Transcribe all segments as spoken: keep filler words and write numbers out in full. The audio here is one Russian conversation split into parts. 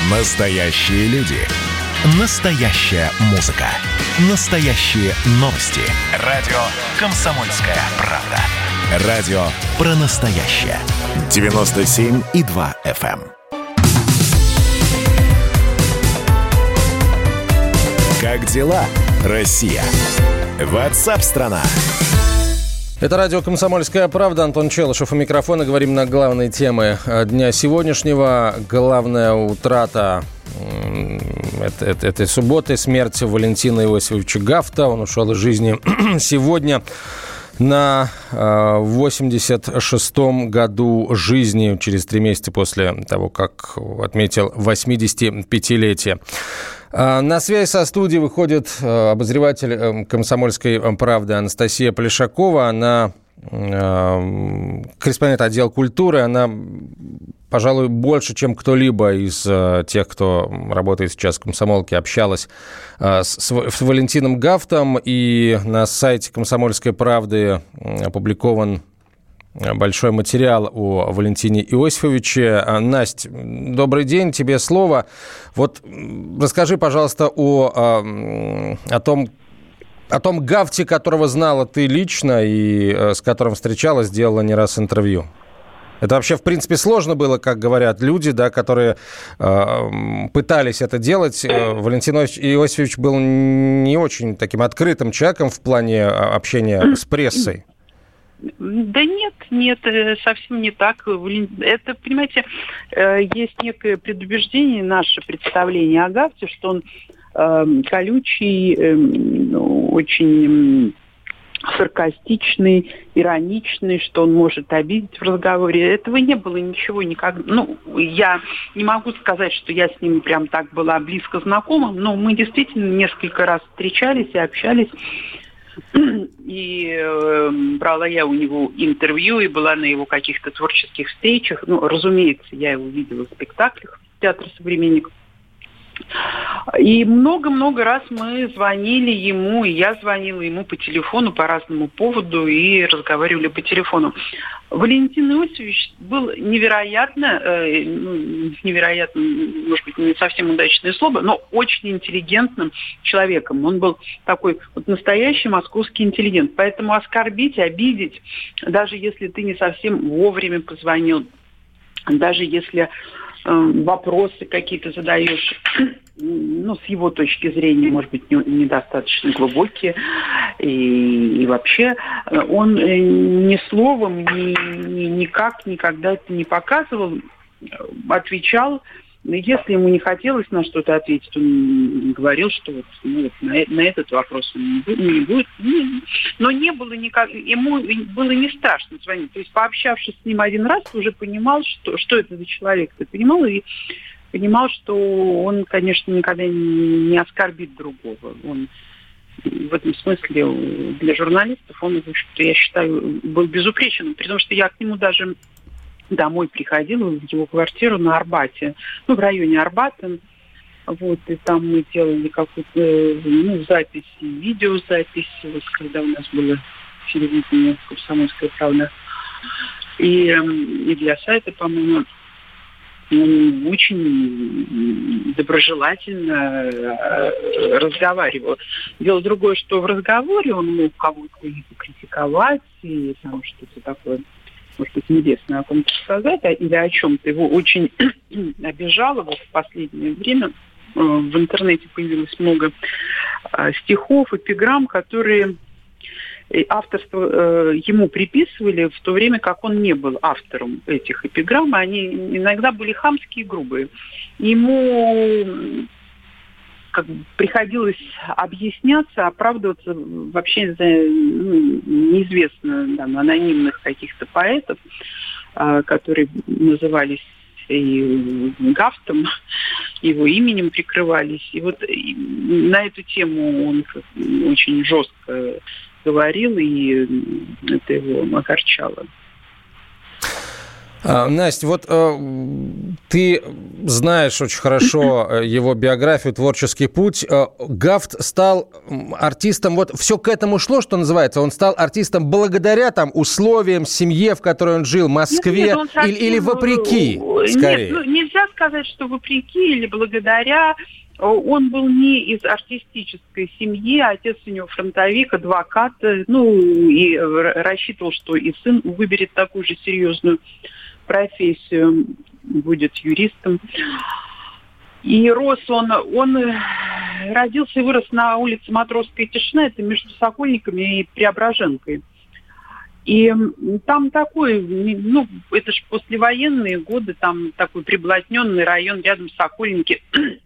Настоящие люди. Настоящая музыка. Настоящие новости. Радио «Комсомольская правда». Радио про настоящее. девяносто семь и два эф эм. Как дела, Россия? Ватсап-страна! Это радио «Комсомольская правда». Антон Челышев у микрофона. Говорим на главные темы дня сегодняшнего. Главная утрата этой субботы — смерть Валентина Иосифовича Гафта. Он ушел из жизни сегодня на восемьдесят шестом году жизни, через три месяца после того, как отметил восьмидесятипятилетие. На связь со студией выходит обозреватель «Комсомольской правды» Анастасия Полишакова. Она корреспондент отдела культуры. Она, пожалуй, больше, чем кто-либо из тех, кто работает сейчас в «Комсомолке», общалась с, с Валентином Гафтом. И на сайте «Комсомольской правды» опубликован большой материал о Валентине Иосифовиче. Настя, добрый день, тебе слово. Вот расскажи, пожалуйста, о, о том, о том Гафте, которого знала ты лично и с которым встречалась, делала не раз интервью. Это вообще, в принципе, сложно было, как говорят люди, да, которые э, пытались это делать. Валентин Иосифович был не очень таким открытым человеком в плане общения с прессой. Да нет, нет, совсем не так. Это, понимаете, есть некое предубеждение, наше представление о Гафте, что он э, колючий, э, очень саркастичный, ироничный, что он может обидеть в разговоре. Этого не было ничего никогда. Ну, я не могу сказать, что я с ним прям так была близко знакома, но мы действительно несколько раз встречались и общались. И э, брала я у него интервью и была на его каких-то творческих встречах. Ну, разумеется, я его видела в спектаклях театра «Современник». И много-много раз мы звонили ему, и я звонила ему по телефону по разному поводу и разговаривали по телефону. Валентин Иосифович был невероятно, э, невероятно, может быть, не совсем удачное слово, но очень интеллигентным человеком. Он был такой вот настоящий московский интеллигент. Поэтому оскорбить, обидеть, даже если ты не совсем вовремя позвонил, даже если вопросы какие-то задаешь, ну, с его точки зрения, может быть, недостаточно глубокие. И, и вообще он ни словом, ни, ни, никак никогда это не показывал, отвечал. Если ему не хотелось на что-то ответить, он говорил, что вот, ну, вот на, на этот вопрос он не будет. Но не было никак, ему было не страшно звонить. То есть, пообщавшись с ним один раз, ты уже понимал, что, что это за человек. Ты понимал и понимал, что он, конечно, никогда не, не оскорбит другого. Он в этом смысле для журналистов он, в общем-то, я считаю, был безупречен. При том, что я к нему даже домой приходила, в его квартиру на Арбате, ну, в районе Арбата. Вот, и там мы делали какую-то, ну, запись, видеозапись, вот, когда у нас было телевидение «Комсомольская правда». И, и для сайта, по-моему, он очень доброжелательно разговаривал. Дело другое, что в разговоре он мог кого-то критиковать и там что-то такое, может быть, нелестно о ком-то сказать, а, или о чем-то. Его очень обижало. Вот в последнее время э, в интернете появилось много э, стихов, эпиграмм, которые авторство э, ему приписывали в то время, как он не был автором этих эпиграмм. Они иногда были хамские и грубые. Ему как бы приходилось объясняться, оправдываться вообще за, ну, неизвестно, да, анонимных каких-то поэтов, э, которые назывались и Гафтом, его именем прикрывались. И вот и на эту тему он очень жестко говорил, и это его огорчало. Настя, вот э, ты знаешь очень хорошо его биографию, творческий путь. Гафт стал артистом, вот все к этому шло, что называется, он стал артистом благодаря там условиям, семье, в которой он жил, Москве, нет, нет, он совсем, или, или вопреки, скорее? Нет, ну, нельзя сказать, что вопреки или благодаря, он был не из артистической семьи, отец у него фронтовик, адвокат, ну, и рассчитывал, что и сын выберет такую же серьезную профессию, будет юристом. И рос он, он родился и вырос на улице Матросская тишина, это между Сокольниками и Преображенкой. И там такой, ну, это же послевоенные годы, там такой приблотненный район рядом с Сокольники,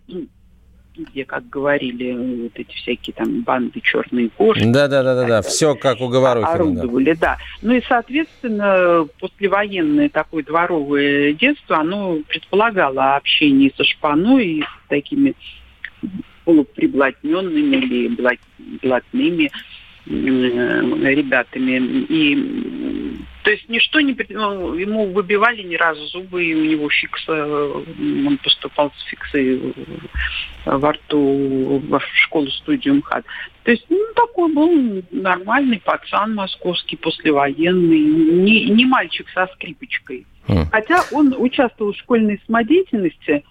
где, как говорили, вот эти всякие там банды «Черные кошки». Да-да-да, все как у Говорухина. Орудовали, да. Ну и, соответственно, послевоенное такое дворовое детство, оно предполагало общение со шпаной и с такими полуприблотненными или блатными ребятами. И, то есть ничто не... Ну, ему выбивали ни разу зубы, и у него фикса... Он поступал с фиксой во рту в школу-студию МХАТ. То есть, ну, такой был нормальный пацан московский, послевоенный. Не, не мальчик со скрипочкой. Mm. Хотя он участвовал в школьной самодеятельности,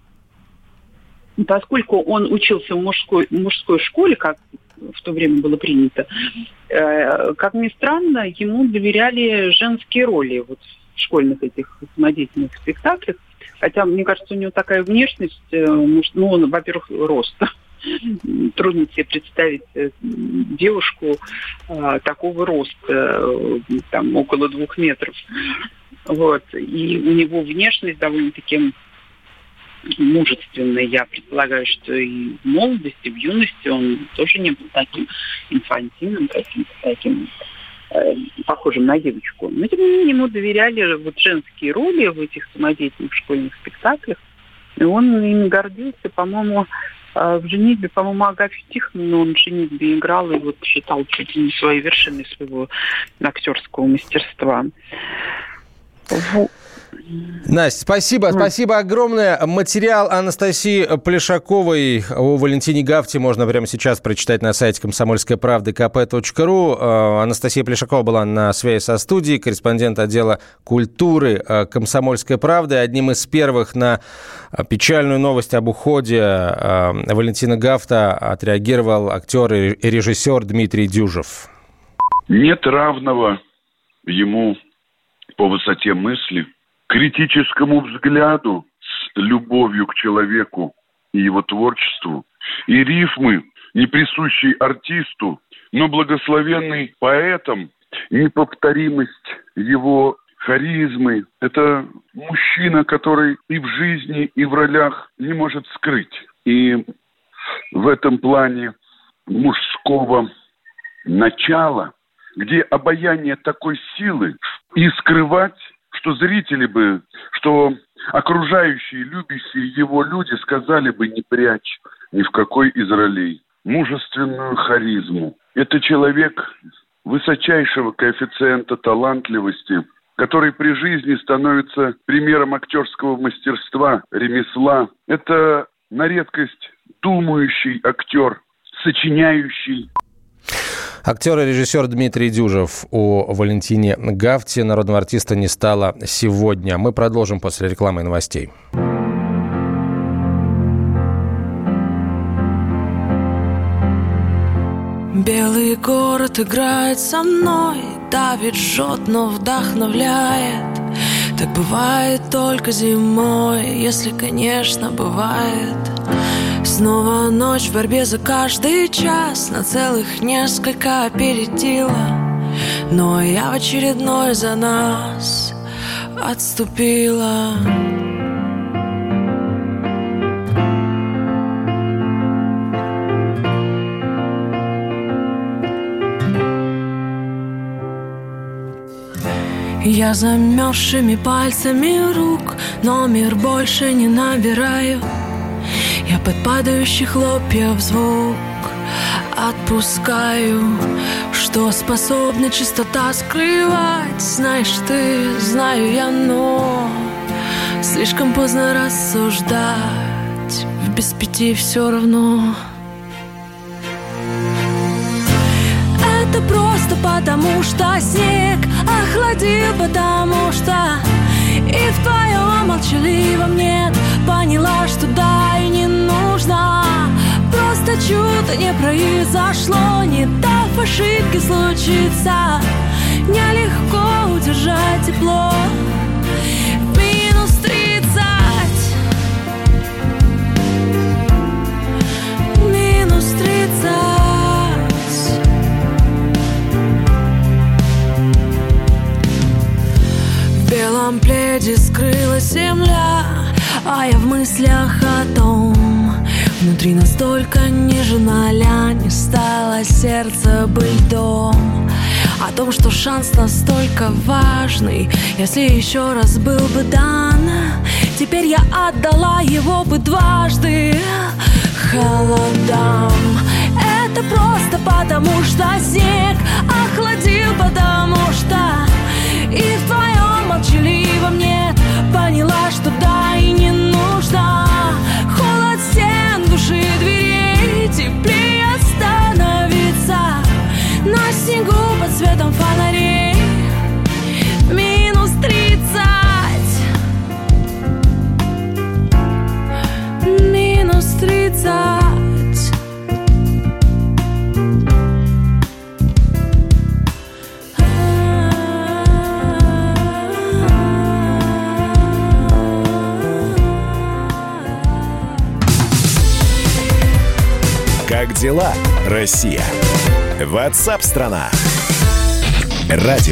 поскольку он учился в мужской, в мужской школе, как в то время было принято, э, как ни странно, ему доверяли женские роли вот, в школьных этих самодеятельных спектаклях. Хотя, мне кажется, у него такая внешность, э, ну, он, во-первых, рост. Трудно себе представить э, девушку э, такого роста, э, там, около двух метров. Вот. И у него внешность довольно-таки мужественный. Я предполагаю, что и в молодости, в юности он тоже не был таким инфантильным, таким, таким э, похожим на девочку. Но тем не менее ему доверяли вот женские роли в этих самодеятельных школьных спектаклях. И он ими гордился, по-моему, э, в «Женитьбе», по-моему, Агафью Тихоновну он в «Женитьбе» играл и вот считал чуть ли не своей вершиной своего актерского мастерства. Настя, спасибо, спасибо огромное. Материал Анастасии Плешаковой о Валентине Гафте можно прямо сейчас прочитать на сайте комсомольской правды ка пэ точка ру. Анастасия Плешакова была на связи со студией, корреспондент отдела культуры «Комсомольской правды». Одним из первых на печальную новость об уходе Валентина Гафта отреагировал актер и режиссер Дмитрий Дюжев. Нет равного ему по высоте мысли, критическому взгляду с любовью к человеку и его творчеству, и рифмы, не присущей артисту, но благословенный поэтом, неповторимость его харизмы. Это мужчина, который и в жизни, и в ролях не может скрыть. И в этом плане мужского начала, где обаяние такой силы, и скрывать, что зрители бы, что окружающие, любящие его люди сказали бы: не прячь ни в какой из ролей. Мужественную харизму. Это человек высочайшего коэффициента талантливости, который при жизни становится примером актерского мастерства, ремесла. Это на редкость думающий актер, сочиняющий. Актер и режиссер Дмитрий Дюжев. О Валентине Гафте, народного артиста, не стало сегодня. Мы продолжим после рекламы и новостей. Белый город играет со мной, давит, жжет, но вдохновляет. Так бывает только зимой, если, конечно, бывает. Снова ночь в борьбе за каждый час, на целых несколько опередила. Но я в очередной за нас отступила. Я замерзшими пальцами рук номер больше не набираю. Я под падающих хлопьев звук отпускаю. Что способна чистота скрывать, знаешь ты, знаю я, но слишком поздно рассуждать, в без пяти все равно. Это просто потому, что снег охладил, потому что И в твоем молчаливом нет поняла, что да и не нужно. Просто чудо не произошло, не дав ошибки случиться. Нелегко удержать тепло. Минус тридцать. Минус тридцать. В белом пледе скрылась земля, а я в мыслях о том. Внутри настолько ниже ноля не стало сердце быть льдом. О том, что шанс настолько важный, если еще раз был бы дан, теперь я отдала его бы дважды холодам. Это просто потому, что снег охладил, потому что и в твоем молчаливом нет поняла, что да и не нужно. Холод стен, души, дверей, теплее остановиться на снегу под светом фонарей. Минус тридцать. Минус тридцать. Как дела, Россия? WhatsApp-страна. Радио